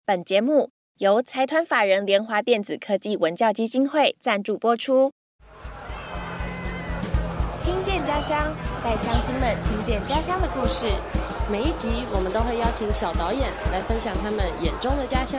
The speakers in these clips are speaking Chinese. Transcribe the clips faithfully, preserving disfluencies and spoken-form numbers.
本节目由财团法人联华电子科技文教基金会赞助播出。 听见家乡，带乡亲们听见家乡的故事。 每一集我们都会邀请小导演来分享他们眼中的家乡。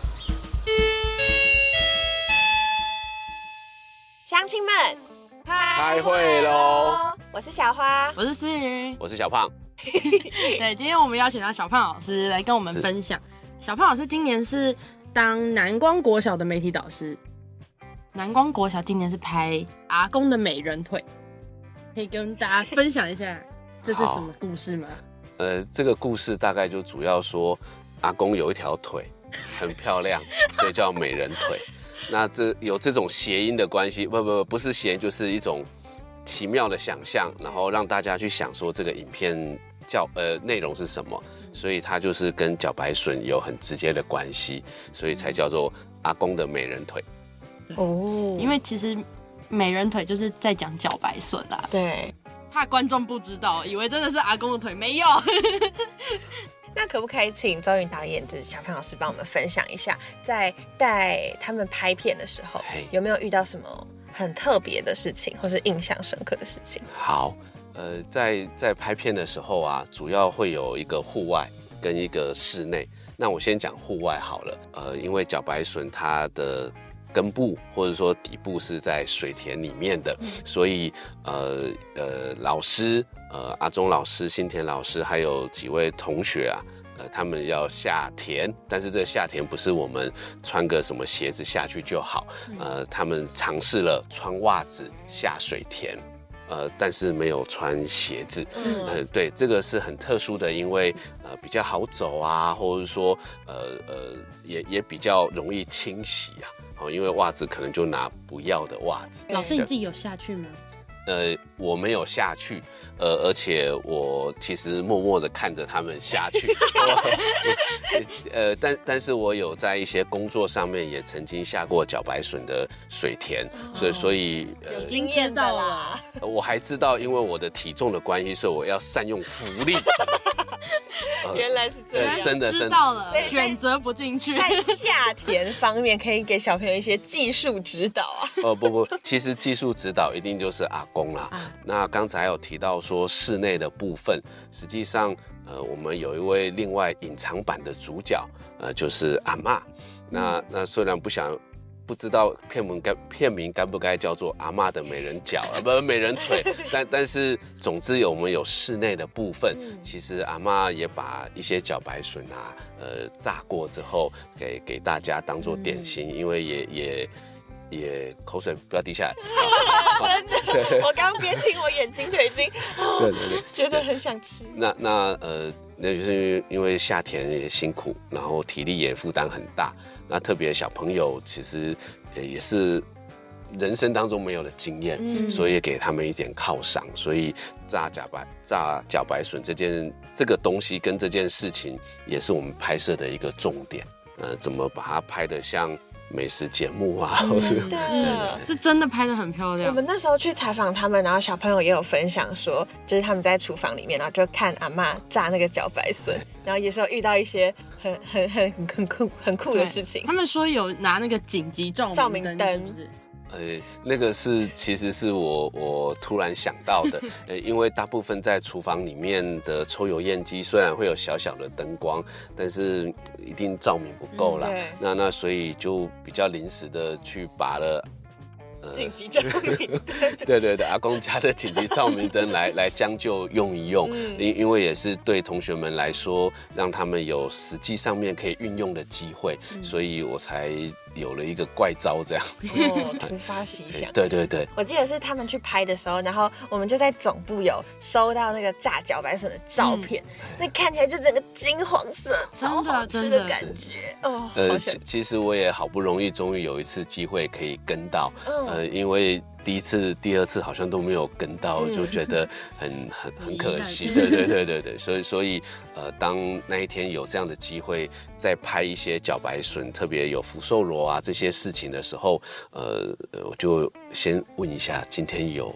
乡亲们， 开会喽！ 我是小花， 我是思雨， 我是小胖。 对，今天我们邀请到小胖老师来跟我们分享。小胖老师今年是当南光国小的媒体导师。南光国小今年是拍阿公的美人腿，可以跟大家分享一下这是什么故事吗？ 呃，这个故事大概就主要说阿公有一条腿很漂亮，所以叫美人腿。那这有这种谐音的关系，不不不是谐音，就是一种奇妙的想象，然后让大家去想说这个影片叫呃内容是什么，所以它就是跟茭白笋有很直接的关系，所以才叫做阿公的美人腿。 哦，因为其实美人腿就是在讲茭白笋啦。 对， 怕观众不知道，以为真的是阿公的腿，没有。 那可不可以请周云导演，就是小胖老师帮我们分享一下，在带他们拍片的时候，有没有遇到什么很特别的事情，或是印象深刻的事情？ 好，呃，在在拍片的时候啊，主要会有一个户外跟一个室内。那我先讲户外好了，呃，因为茭白笋它的根部或者说底部是在水田里面的，嗯、所以呃呃老师呃阿忠老师、新田老师还有几位同学啊，呃他们要下田，但是这个下田不是我们穿个什么鞋子下去就好，呃他们尝试了穿袜子下水田。呃，但是没有穿鞋子，嗯，呃，对，这个是很特殊的，因为呃比较好走啊，或者说呃呃也也比较容易清洗啊，哦，因为袜子可能就拿不要的袜子。 老师你自己有下去吗？ 呃，我没有下去，呃，而且我其实默默的看着他们下去，呃，但但是我有在一些工作上面也曾经下过茭白笋的水田，哦、所以所以呃，有经验的啦。 我还知道，因为我的体重的关系，所以我要善用浮力。 呃、原来是这样， 真的知道了，选择不进去。 在下田方面，可以给小朋友一些技术指导啊。 哦、呃、不不，其实技术指导一定就是阿公啦。啊、那刚才有提到说室内的部分，实际上呃我们有一位另外隐藏版的主角，呃就是阿嬷。那那虽然不想。不知道片名该片名该不该叫做阿嬷的美人脚啊，不美人腿，但但是总之有我们有室内的部分，嗯、其实阿嬷也把一些茭白笋啊，呃炸过之后给给大家当做点心，嗯、因为也也也口水不要滴下来， 真的，我刚边听我眼睛就已经，对对对，觉得很想吃。 那那呃，那就是因为下田也辛苦，然后体力也负担很大。那特别小朋友其实也是人生当中没有的经验，嗯、所以也给他们一点犒赏。所以炸茭白炸茭白笋这件这个东西跟这件事情，也是我们拍摄的一个重点。呃，怎么把它拍得像美食节目啊，或是真的是真的拍得很漂亮。 我们那时候去采访他们，然后小朋友也有分享说，就是他们在厨房里面，然后就看阿嬷炸那个茭白笋，然后也是有遇到一些很很很很酷很酷的事情。 他们说有拿那个紧急照照明灯， 是不是？ 呃，那个是其实是我我突然想到的，呃，因为大部分在厨房里面的抽油烟机虽然会有小小的灯光，但是一定照明不够啦。嗯、那那所以就比较临时的去拔了。 紧急照明灯， 对对对，阿公家的紧急照明灯来来将就用一用，嗯、因因为也是对同学们来说，让他们有实际上面可以运用的机会，嗯、所以我才有了一个怪招这样。 哦，突发奇想。 对对对， 我记得是他们去拍的时候，然后我们就在总部有收到那个炸茭白笋的照片，嗯、那看起来就整个金黄色，超好吃的感觉。哦， 呃，其其实我也好不容易，终于有一次机会可以跟到，嗯、呃，因为第一次、第二次好像都没有跟到，嗯、就觉得很很很可惜。对对对对对，所以所以呃，当那一天有这样的机会，再拍一些茭白笋，特别有福寿螺啊这些事情的时候，呃，我就先问一下，今天有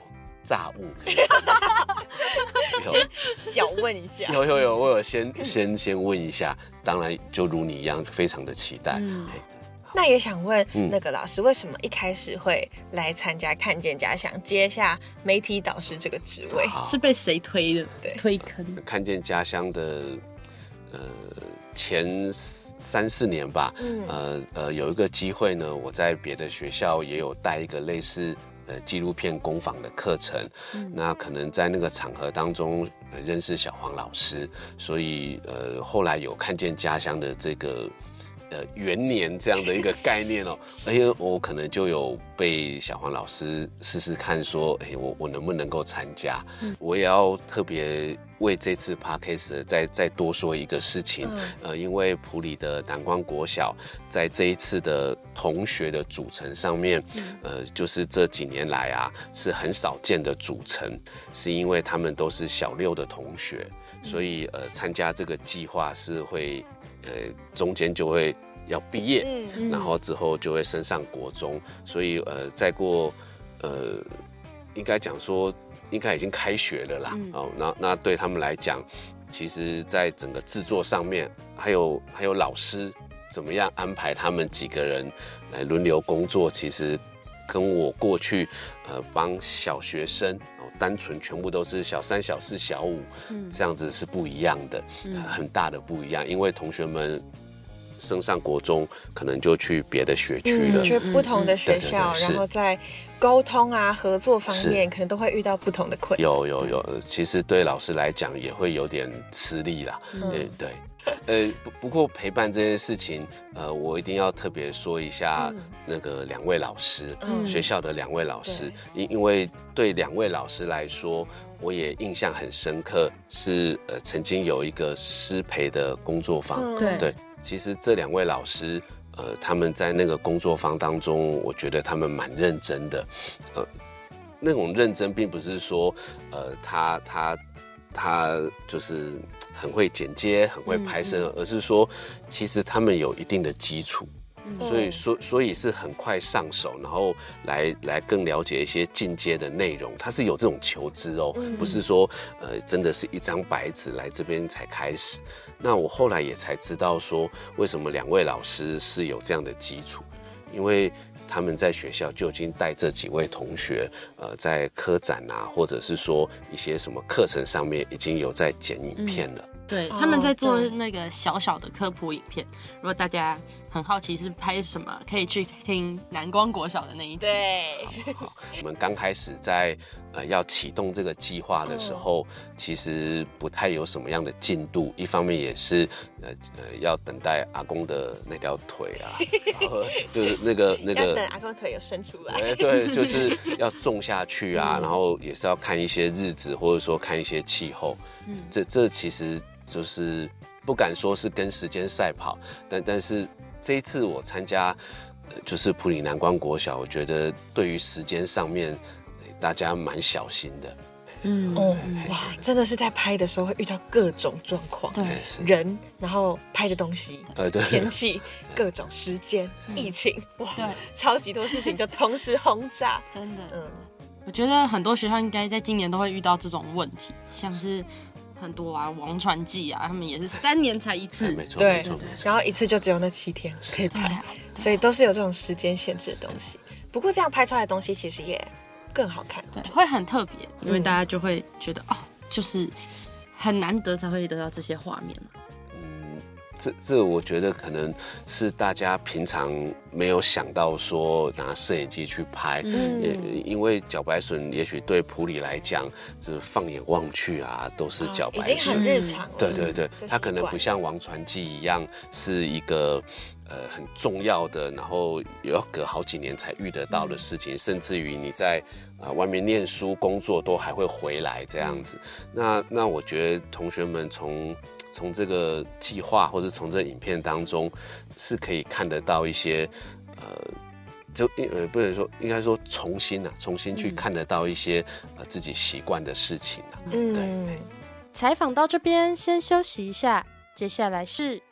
炸物可以参加？ 先小问一下。 有有有，我有先先先问一下，当然就如你一样，非常的期待。嗯那也想问那个老师，为什么一开始会来参加看见家乡，接下媒体导师这个职位？ 是被谁推的？对，推坑。 看见家乡的，呃，前三四年吧，嗯、呃呃，有一个机会呢，我在别的学校也有带一个类似呃纪录片工坊的课程，嗯、那可能在那个场合当中、呃、认识小黄老师，所以呃后来有看见家乡的这个。呃，元年这样的一个概念哦，而且我可能就有被小黄老师试试看说，哎，我我能不能够参加？嗯、我也要特别为这次 podcast 再再多说一个事情，嗯、呃，因为埔里的南光国小在这一次的同学的组成上面，嗯、呃，就是这几年来啊是很少见的组成，是因为他们都是小六的同学，嗯、所以呃参加这个计划是会。呃，中间就会要毕业，嗯、然后之后就会升上国中，所以呃，再过呃，应该讲说，应该已经开学了啦。嗯、哦，那那对他们来讲，其实在整个制作上面，还有还有老师怎么样安排他们几个人来轮流工作，其实跟我过去呃帮小学生。单纯全部都是小三、小四、小五，嗯、这样子是不一样的，嗯、很大的不一样。因为同学们升上国中，可能就去别的学区了， 去不同的学校，然后在沟通啊、合作方面，可能都会遇到不同的困难。 有有有，其实对老师来讲也会有点吃力啦。嗯，对。呃，不不过陪伴这件事情，呃，我一定要特别说一下那个两位老师，嗯、学校的两位老师，因因为对两位老师来说，我也印象很深刻，是呃曾经有一个师培的工作坊， 嗯、 对，其实这两位老师，呃，他们在那个工作坊当中，我觉得他们蛮认真的，呃，那种认真并不是说，呃，他他他就是。很会剪接，很会拍摄，嗯嗯、而是说，其实他们有一定的基础，嗯、所以所所以是很快上手，然后来来更了解一些进阶的内容。它是有这种求知哦，嗯、不是说呃真的是一张白纸来这边才开始。那我后来也才知道说，为什么两位老师是有这样的基础，因为。他们在学校就已经带这几位同学，呃，在科展啊，或者是说一些什么课程上面，已经有在剪影片了。 嗯、对，他们在做那个小小的科普影片。如果大家很好奇是拍什么，可以去听南光国小的那一集。 对， 好好我们刚开始在呃要启动这个计划的时候，嗯、其实不太有什么样的进度。一方面也是呃呃要等待阿公的那条腿啊，然后就是那个那个。 阿公腿有伸出来， 对对，就是要种下去啊，嗯、然后也是要看一些日子，或者说看一些气候。嗯，这这其实就是不敢说是跟时间赛跑，但但是这一次我参加，呃、就是埔里南光国小，我觉得对于时间上面，大家蛮小心的。 嗯哦哇，真的是在拍的时候会遇到各种状况，对人，然后拍的东西， 呃对， 天气，各种时间，疫情，哇，超级多事情就同时轰炸， 真的，嗯，我觉得很多学校应该在今年都会遇到这种问题，像是很多啊王传记啊，他们也是三年才一次， 没错没错， 然后一次就只有那七天可以拍，所以都是有这种时间限制的东西。不过这样拍出来的东西其实也。更好看， 对，会很特别，因为大家就会觉得、嗯、哦，就是很难得才会得到这些画面嘛。 嗯，这这我觉得可能是大家平常没有想到说拿摄影机去拍，嗯，也因为茭白笋也许对埔里来讲，就是放眼望去啊，都是茭白笋， 已经很日常了。 对对对，它可能不像王传记一样是一个。呃，很重要的，然后要隔好几年才遇得到的事情，嗯、甚至于你在呃外面念书、工作都还会回来这样子。嗯、那那我觉得同学们从从这个计划或者从这个影片当中，是可以看得到一些呃，就呃不能说应该说重新啊，重新去看得到一些、嗯、呃自己习惯的事情啊。嗯，对。 采访到这边，先休息一下，接下来是。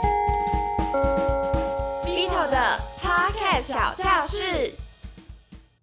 的 Podcast 小教室，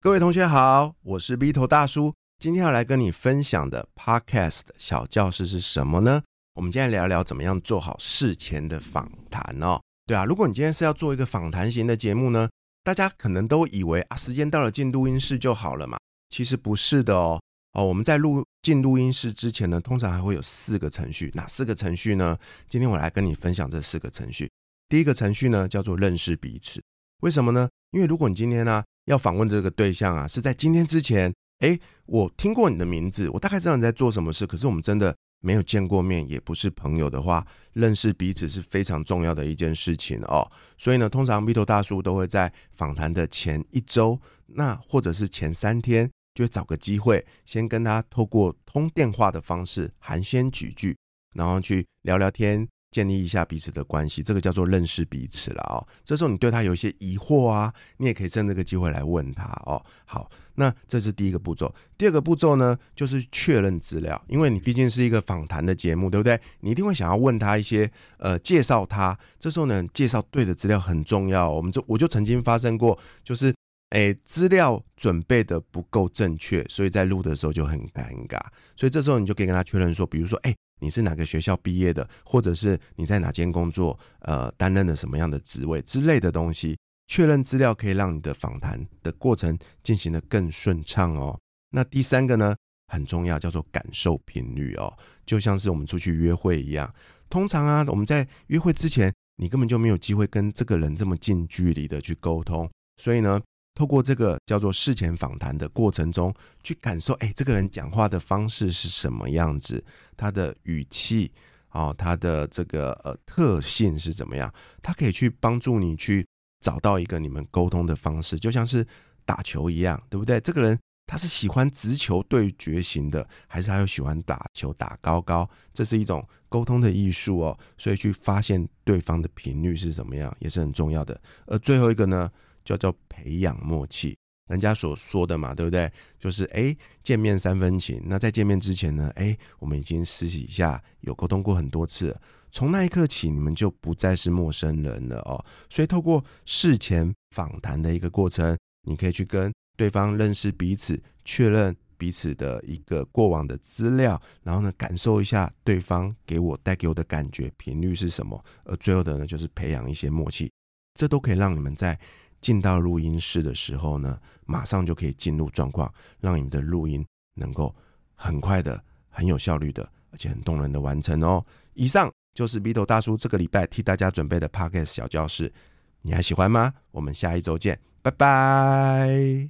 各位同学好，我是 B 头大叔，今天要来跟你分享的 Podcast 小教室是什么呢？我们今天聊聊怎么样做好事前的访谈哦。对啊，如果你今天是要做一个访谈型的节目呢，大家可能都以为啊，时间到了进录音室就好了嘛，其实不是的哦。哦，我们在录进录音室之前呢，通常还会有四个程序。哪四个程序呢？今天我来跟你分享这四个程序。第一个程序呢，叫做认识彼此。为什么呢？因为如果你今天呢、啊、要访问这个对象啊，是在今天之前，诶，我听过你的名字，我大概知道你在做什么事，可是我们真的没有见过面，也不是朋友的话，认识彼此是非常重要的一件事情哦。所以呢，通常 B 头大叔都会在访谈的前一周，那或者是前三天，就会找个机会，先跟他透过通电话的方式寒暄几句，然后去聊聊天，建立一下彼此的关系，这个叫做认识彼此啦哦。这时候你对他有一些疑惑啊，你也可以趁这个机会来问他哦。好，那这是第一个步骤。第二个步骤呢，就是确认资料，因为你毕竟是一个访谈的节目，对不对？你一定会想要问他一些呃介绍他，这时候呢，介绍对的资料很重要。我们就我就曾经发生过，就是诶资料准备的不够正确，所以在录的时候就很尴尬。所以这时候你就可以跟他确认说，比如说诶你是哪个学校毕业的，或者是你在哪间工作呃担任了什么样的职位之类的东西，确认资料可以让你的访谈的过程进行得更顺畅哦。那第三个呢很重要，叫做感受频率哦。就像是我们出去约会一样，通常啊我们在约会之前，你根本就没有机会跟这个人这么近距离的去沟通，所以呢透过这个叫做事前访谈的过程中，去感受哎，这个人讲话的方式是什么样子，他的语气、哦、他的这个呃特性是怎么样，他可以去帮助你去找到一个你们沟通的方式。就像是打球一样，对不对？这个人他是喜欢直球对决型的，还是他又喜欢打球打高高，这是一种沟通的艺术哦。所以去发现对方的频率是怎么样也是很重要的。而最后一个呢叫做培养默契，人家所说的嘛，对不对？就是哎，见面三分情。那在见面之前呢，哎，我们已经私底下有沟通过很多次了，从那一刻起，你们就不再是陌生人了哦。所以透过事前访谈的一个过程，你可以去跟对方认识彼此，确认彼此的一个过往的资料，然后呢，感受一下对方给我带给我的感觉频率是什么。而最后的呢，就是培养一些默契，这都可以让你们在进到录音室的时候呢，马上就可以进入状况，让你们的录音能够很快的、很有效率的，而且很动人的完成哦。以上就是 B 头大叔这个礼拜替大家准备的 Podcast 小教室，你还喜欢吗？我们下一周见，拜拜。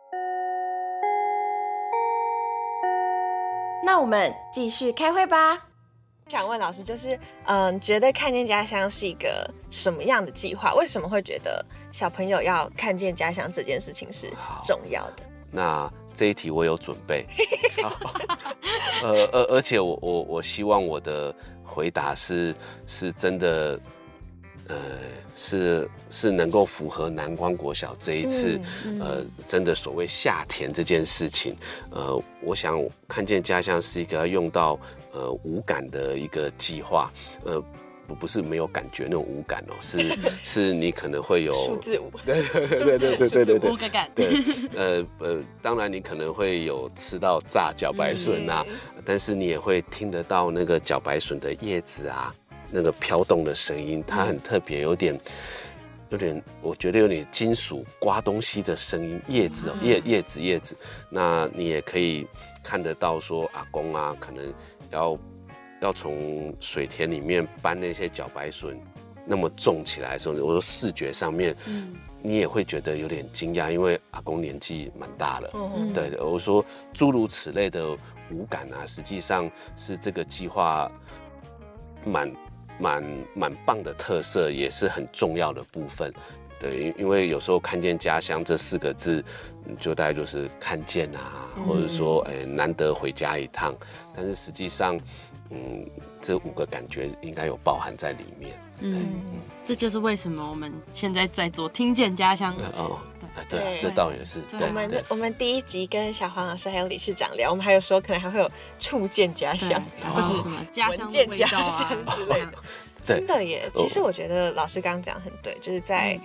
那我们继续开会吧。 想问老师，就是嗯，觉得看见家乡是一个什么样的计划？为什么会觉得小朋友要看见家乡这件事情是重要的？ 那这一题我有准备，呃，而而且我我我希望我的回答是是真的，呃，是是能够符合南光国小这一次，嗯嗯、呃，真的所谓下田这件事情。呃，我想看见家乡是一个要用到呃五感的一个计划，呃。不不是没有感觉那种无感哦，是是你可能会有数字五， 对对对对对对对对， 五个感， 对，呃呃，当然你可能会有吃到炸茭白笋啊，嗯、但是你也会听得到那个茭白笋的叶子啊，那个飘动的声音，它很特别，有点有点，我觉得有点金属刮东西的声音，叶子哦，叶叶子叶子，那你也可以看得到说阿公啊，可能要。要从水田里面搬那些茭白笋那么重起来的时候，我说视觉上面，嗯、你也会觉得有点惊讶，因为阿公年纪蛮大了。嗯、对，我说诸如此类的五感啊，实际上是这个计划蛮蛮蛮棒的特色，也是很重要的部分。对，因为有时候看见家乡这四个字，就大概就是看见啊，嗯、或者说哎、欸、难得回家一趟，但是实际上。嗯，这五个感觉应该有包含在里面。嗯， 这就是为什么我们现在在做听见家乡。 哦，对对，这倒也是。 我们我们第一集跟小黄老师还有理事长聊，我们还有说可能还会有触见家乡， 或是什么家乡的味道啊之类的。真的耶，其实我觉得老师刚刚讲很对，就是在。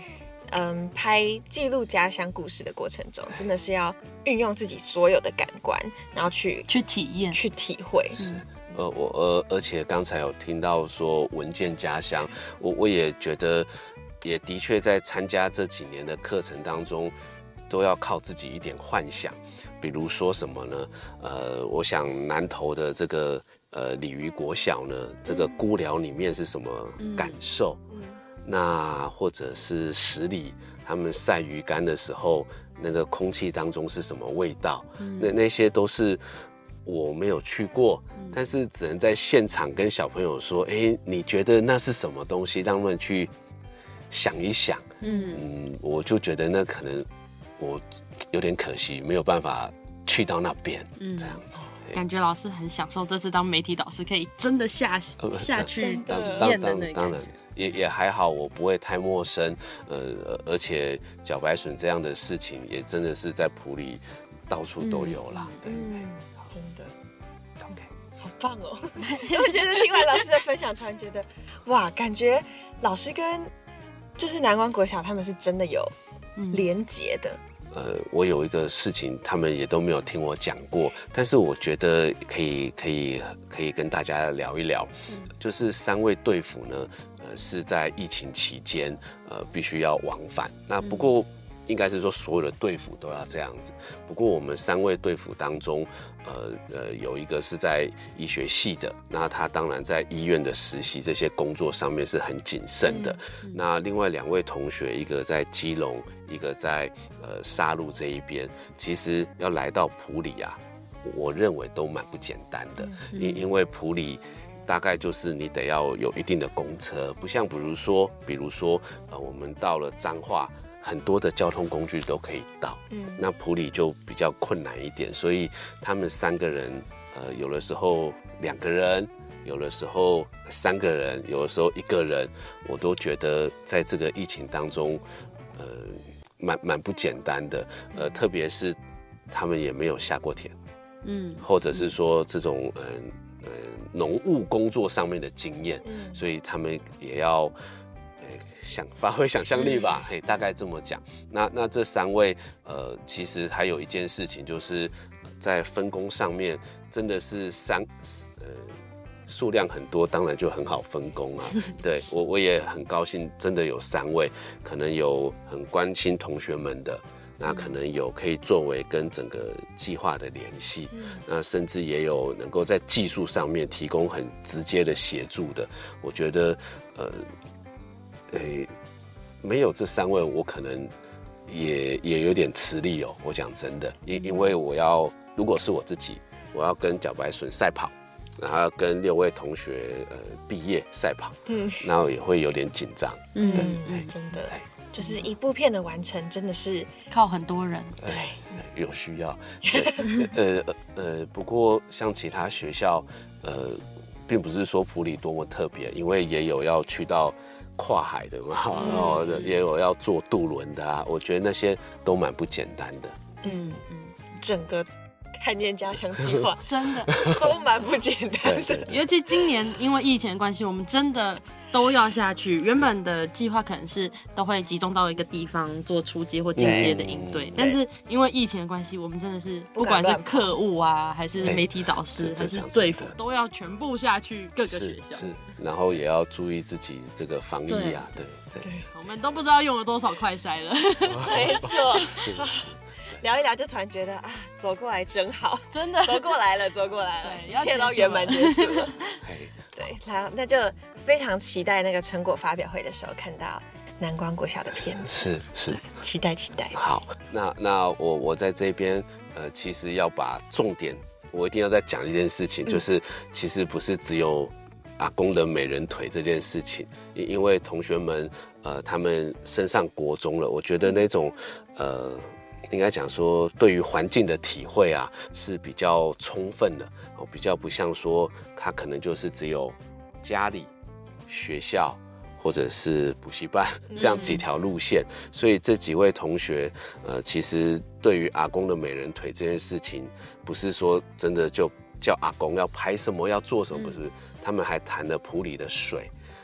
嗯拍记录家乡故事的过程中，真的是要运用自己所有的感官，然后去去体验、 去体会。 嗯呃，我呃，而且刚才有听到说文件家乡，我我也觉得，也的确在参加这几年的课程当中，都要靠自己一点幻想。比如说什么呢？呃，我想南投的这个呃鲤鱼国小呢，这个菇寮里面是什么感受？嗯，那或者是十里他们晒鱼竿的时候，那个空气当中是什么味道？嗯，那那些都是我没有去过，嗯，但是只能在现场跟小朋友说，哎，你觉得那是什么东西？让他们去想一想。嗯嗯，我就觉得那可能我有点可惜，没有办法去到那边，嗯，这样子。 感觉老师很享受这次当媒体导师，可以真的下下去体验的那个当然也也还好，我不会太陌生。呃，而且茭白笋这样的事情，也真的是在埔里到处都有啦。 嗯，真的 ，OK， 好棒哦！我觉得听完老师的分享，突然觉得，哇，感觉老师跟就是南光国小他们是真的有连结的。 呃，我有一个事情，他们也都没有听我讲过，但是我觉得可以可以可以跟大家聊一聊，嗯，就是三位队辅呢，呃，是在疫情期间，呃，必须要往返。那不过，应该是说所有的队辅都要这样子。不过我们三位队辅当中，呃呃，有一个是在医学系的，那他当然在医院的实习这些工作上面是很谨慎的。嗯嗯，那另外两位同学，一个在基隆，一个在呃沙鹿这一边，其实要来到埔里啊，我认为都蛮不简单的，因、嗯、因为埔里大概就是你得要有一定的公车，不像比如说，比如说呃我们到了彰化。很多的交通工具都可以到，嗯，那埔里就比较困难一点，所以他们三个人，呃，有的时候两个人，有的时候三个人，有的时候一个人，我都觉得在这个疫情当中，呃，蛮蛮不简单的，呃，特别是他们也没有下过田，嗯，或者是说这种，嗯呃农务工作上面的经验，嗯，所以他们也要。想发挥想象力吧，嘿，大概这么讲。那那这三位，呃，其实还有一件事情，就是在分工上面，真的是三，呃，数量很多，当然就很好分工啊。对我我也很高兴，真的有三位，可能有很关心同学们的，那可能有可以作为跟整个计划的联系，嗯，那甚至也有能够在技术上面提供很直接的协助的。我觉得，呃。诶，没有这三位，我可能也也有点吃力哦。我讲真的，因因为我要，如果是我自己，我要跟茭白笋赛跑，然后要跟六位同学呃毕业赛跑，嗯，然后也会有点紧张， 嗯，对，真的，就是一部片的完成，真的是靠很多人， 对， 有需要，呃呃，不过像其他学校，呃，并不是说埔里多么特别，因为也有要去到。跨海的嘛，然后也有要坐渡轮的啊，我觉得那些都蛮不简单的。 嗯嗯，整个看见家乡计划真的都蛮不简单的。 尤其今年因为疫情的关系，我们真的都要下去。原本的计划可能是都会集中到一个地方做初阶或进阶的应对，嗯，但是因为疫情的关系，我们真的是不管是课务啊，还是媒体导师，还是队辅，都要全部下去各个学校。 是，是然后也要注意自己这个防疫啊，对对对。 我们都不知道用了多少快筛了， 没错。 是是。 聊一聊就突然觉得啊，走过来真好， 真的走过来了，走过来了，一切都圆满结束了。对，来，那就非常期待那个成果发表会的时候看到南光国小的片子。 是是， 期待期待。 好，那那我我在这边呃，其实要把重点，我一定要再讲一件事情，嗯，就是其实不是只有阿公的美人腿这件事情，因因为同学们呃他们升上国中了，我觉得那种呃。应该讲说，对于环境的体会啊是比较充分的哦，比较不像说他可能就是只有家里、学校或者是补习班这样几条路线，嗯，所以这几位同学，呃，其实对于阿公的美人腿这件事情，不是说真的就叫阿公要拍什么要做什么，不是，嗯，他们还谈了埔里的水。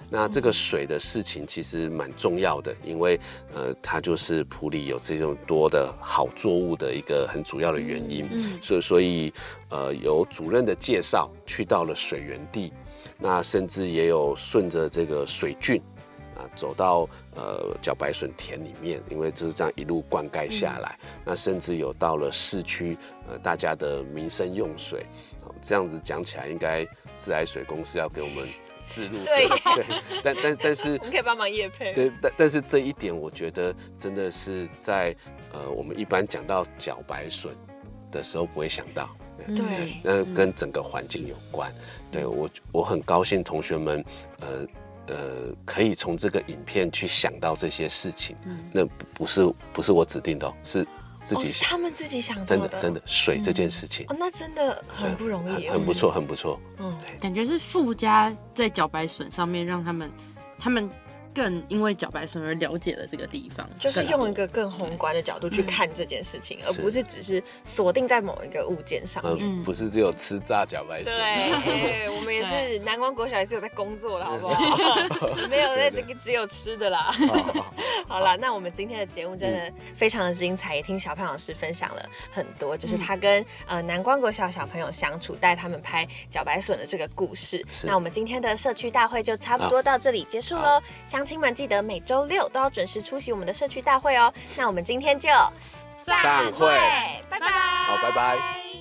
那这个水的事情其实蛮重要的，因为呃，它就是埔里有这种多的好作物的一个很主要的原因。嗯，所以所以呃，有主任的介绍，去到了水源地，那甚至也有顺着这个水圳啊，走到呃茭白笋田里面，因为就是这样一路灌溉下来，嗯、那甚至有到了市区，呃，大家的民生用水。这样子讲起来，应该自来水公司要给我们置入对对，但但但是我们可以帮忙业配。 对，但但是这一点，我觉得真的是在呃我们一般讲到茭白笋的时候不会想到。 对， 那跟整个环境有关。对我我很高兴同学们呃呃可以从这个影片去想到这些事情。嗯，那不是不是我指定的、哦，是。自己想、 哦、他们自己想真的真的水这件事情、 嗯、哦，那真的很不容易， 很, 很不错，很不错。 嗯，感觉是附加在茭白笋上面，让他们他们更因为茭白笋而了解了这个地方， 就是用一个更宏观的角度去看这件事情，嗯、而不是只是锁定在某一个物件上面。 嗯、不是只有吃炸茭白笋。 对，我们也是南光国小也是有在工作的，好不好？没有在这个只有吃的啦。好啦，那我们今天的节目真的非常的精彩，也听小潘老师分享了很多，就是他跟、呃、南光国小小朋友相处，带他们拍茭白笋的这个故事。那我们今天的社区大会就差不多到这里结束喽。乡亲们记得每周六都要准时出席我们的社区大会哦。那我们今天就散会， 拜拜。 好，拜拜。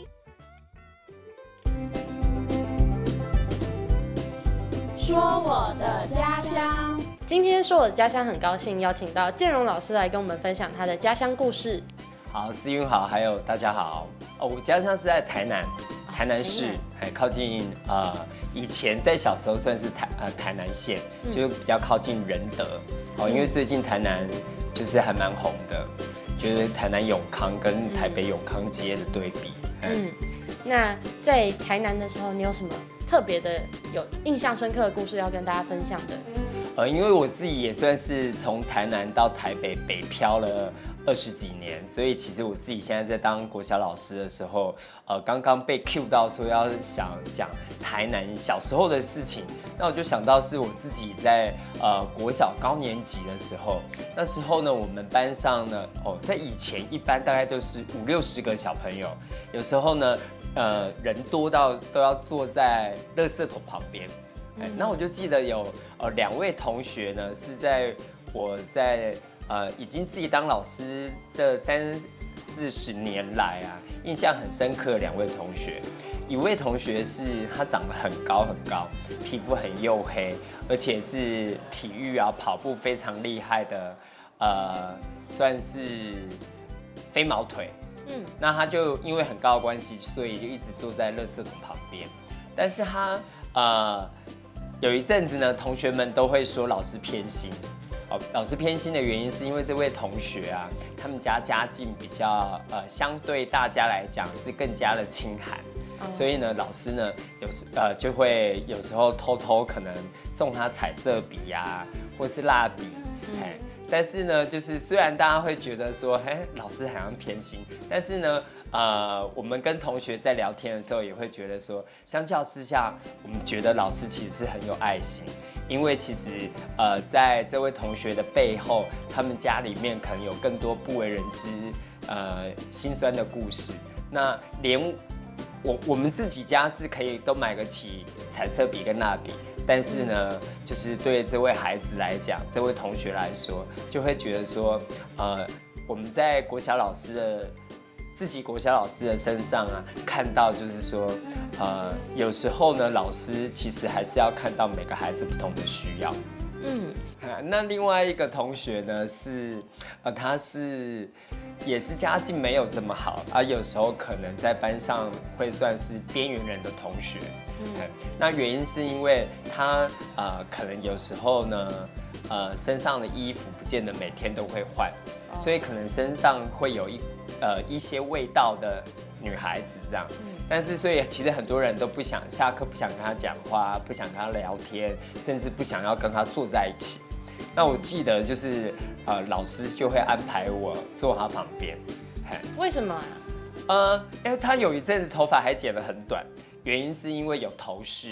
说我的家乡。 今天说我的家乡，很高兴邀请到建荣老师来跟我们分享他的家乡故事。 好，思韵好，还有大家好。哦，我家乡是在台南，台南市，还靠近呃，以前在小时候算是台呃台南县，嗯、就比较靠近仁德。哦，因为最近台南就是还蛮红的，就是台南永康跟台北永康街的对比。嗯， 嗯那在台南的时候，你有什么特别的、有印象深刻的故事要跟大家分享的？ 呃，因为我自己也算是从台南到台北北漂了二十几年，所以其实我自己现在在当国小老师的时候，呃，刚刚被 cue 到说要想讲台南小时候的事情，那我就想到是我自己在呃国小高年级的时候，那时候呢，我们班上呢，哦，在以前一般大概都是五六十个小朋友，有时候呢，呃，人多到都要坐在垃圾桶旁边。哎，那我就记得有呃两位同学呢，是在我在呃已经自己当老师这三四十年来啊，印象很深刻的两位同学。一位同学是他长得很高很高，皮肤很黝黑，而且是体育啊跑步非常厉害的，呃，算是飞毛腿。嗯，那他就因为很高的关系，所以就一直坐在垃圾桶旁边。但是他呃。有一阵子呢，同学们都会说老师偏心。哦，老师偏心的原因是因为这位同学啊，他们家家境比较呃，相对大家来讲是更加的清寒，哦、所以呢，老师呢有时呃就会有时候偷偷可能送他彩色笔呀、啊，或是蜡笔，嗯、但是呢，就是虽然大家会觉得说，哎，老师好像偏心，但是呢。呃，我们跟同学在聊天的时候，也会觉得说，相较之下，我们觉得老师其实是很有爱心，因为其实呃，在这位同学的背后，他们家里面可能有更多不为人知、呃辛酸的故事。那连我我们自己家是可以都买得起彩色笔跟蜡笔，但是呢，就是对这位孩子来讲，这位同学来说，就会觉得说，呃，我们在国小老师的。自己国小老师的身上啊，看到就是说，呃，有时候呢，老师其实还是要看到每个孩子不同的需要。嗯，那另外一个同学呢是，呃，他是也是家境没有这么好啊，有时候可能在班上会算是边缘人的同学。嗯，那原因是因为他呃，可能有时候呢，呃，身上的衣服不见得每天都会换，所以可能身上会有一。呃，一些味道的女孩子这样，嗯、但是所以其实很多人都不想下课，不想跟她讲话，不想跟她聊天，甚至不想要跟她坐在一起。那我记得就是呃，老师就会安排我坐她旁边。 为什么啊？ 呃，因为她有一阵子头发还剪得很短，原因是因为有头虱。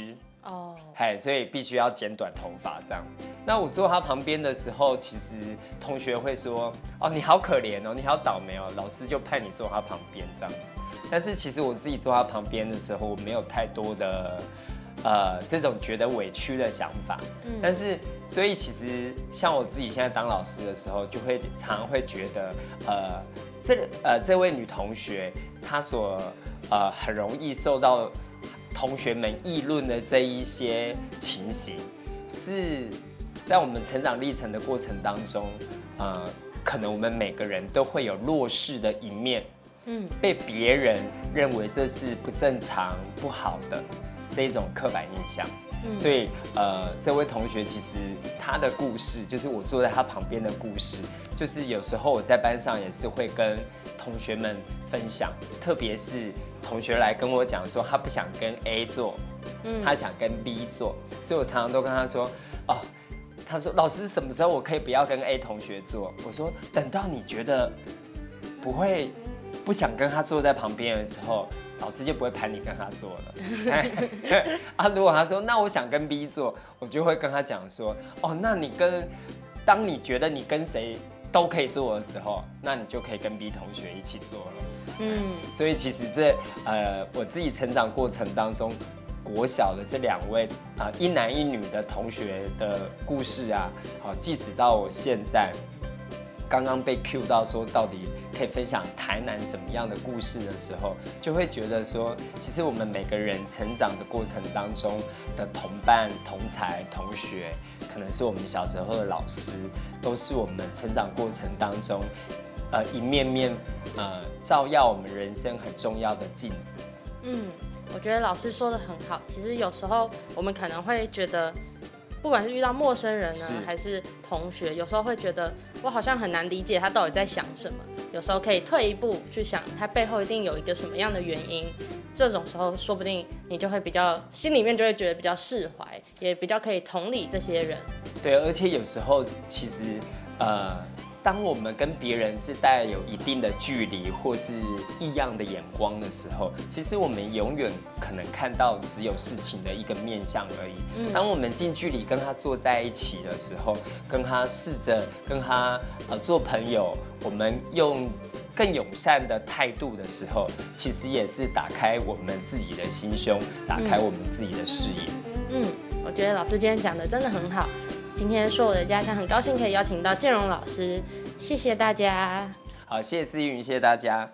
哦，哎，所以必须要剪短头发这样。那我坐他旁边的时候，其实同学会说：“哦，你好可怜哦，你好倒霉哦。”老师就派你坐他旁边这样子。但是其实我自己坐他旁边的时候，我没有太多的呃这种觉得委屈的想法。嗯。但是，所以其实像我自己现在当老师的时候，就会常常会觉得，呃，这呃这位女同学她所呃很容易受到同学们议论的这一些情形，是在我们成长历程的过程当中，呃，可能我们每个人都会有弱势的一面，嗯，被别人认为这是不正常、不好的这一种刻板印象。嗯、所以，呃，这位同学其实他的故事，就是我坐在他旁边的故事，就是有时候我在班上也是会跟同学们分享，特别是同学来跟我讲说他不想跟 A 做，嗯，他想跟 B 做，所以我常常都跟他说，哦，他说老师什么时候我可以不要跟 A 同学做？我说等到你觉得不会不想跟他坐在旁边的时候，老师就不会排你跟他做了。啊，如果他说那我想跟 B 做，我就会跟他讲说，哦，那你跟当你觉得你跟谁都可以做的时候，那你就可以跟 B 同学一起做了。嗯，所以其实这呃我自己成长过程当中，国小的这两位啊、呃、一男一女的同学的故事啊，好，即使到我现在刚刚被 cue 到说到底可以分享台南什么样的故事的时候，就会觉得说，其实我们每个人成长的过程当中的同伴、同才、同学，可能是我们小时候的老师，都是我们成长过程当中，呃，一面面呃照耀我们人生很重要的镜子。 嗯，我觉得老师说的很好。其实有时候我们可能会觉得，不管是遇到陌生人呢，还是同学，有时候会觉得我好像很难理解他到底在想什么。有时候可以退一步去想，他背后一定有一个什么样的原因。这种时候，说不定你就会比较心里面就会觉得比较释怀，也比较可以同理这些人。 对，而且有时候其实呃。当我们跟别人是带有一定的距离或是异样的眼光的时候，其实我们永远可能看到只有事情的一个面向而已。嗯、当我们近距离跟他坐在一起的时候，跟他试着跟他呃做朋友，我们用更友善的态度的时候，其实也是打开我们自己的心胸，打开我们自己的视野。 嗯，我觉得老师今天讲的真的很好。今天说我的家乡，很高兴可以邀请到建荣老师，谢谢大家。 好，谢谢思云，谢谢大家。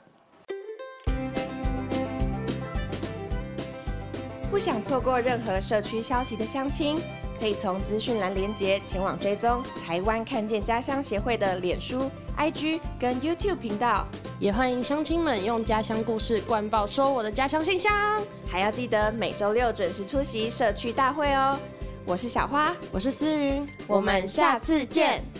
不想错过任何社区消息的乡亲，可以从资讯栏连结前往追踪台湾看见家乡协会的脸书、I G 跟 YouTube 频道， 也欢迎乡亲们用家乡故事灌爆说我的家乡信箱， 还要记得每周六准时出席社区大会哦。我是小花， 我是思云， 我们下次见。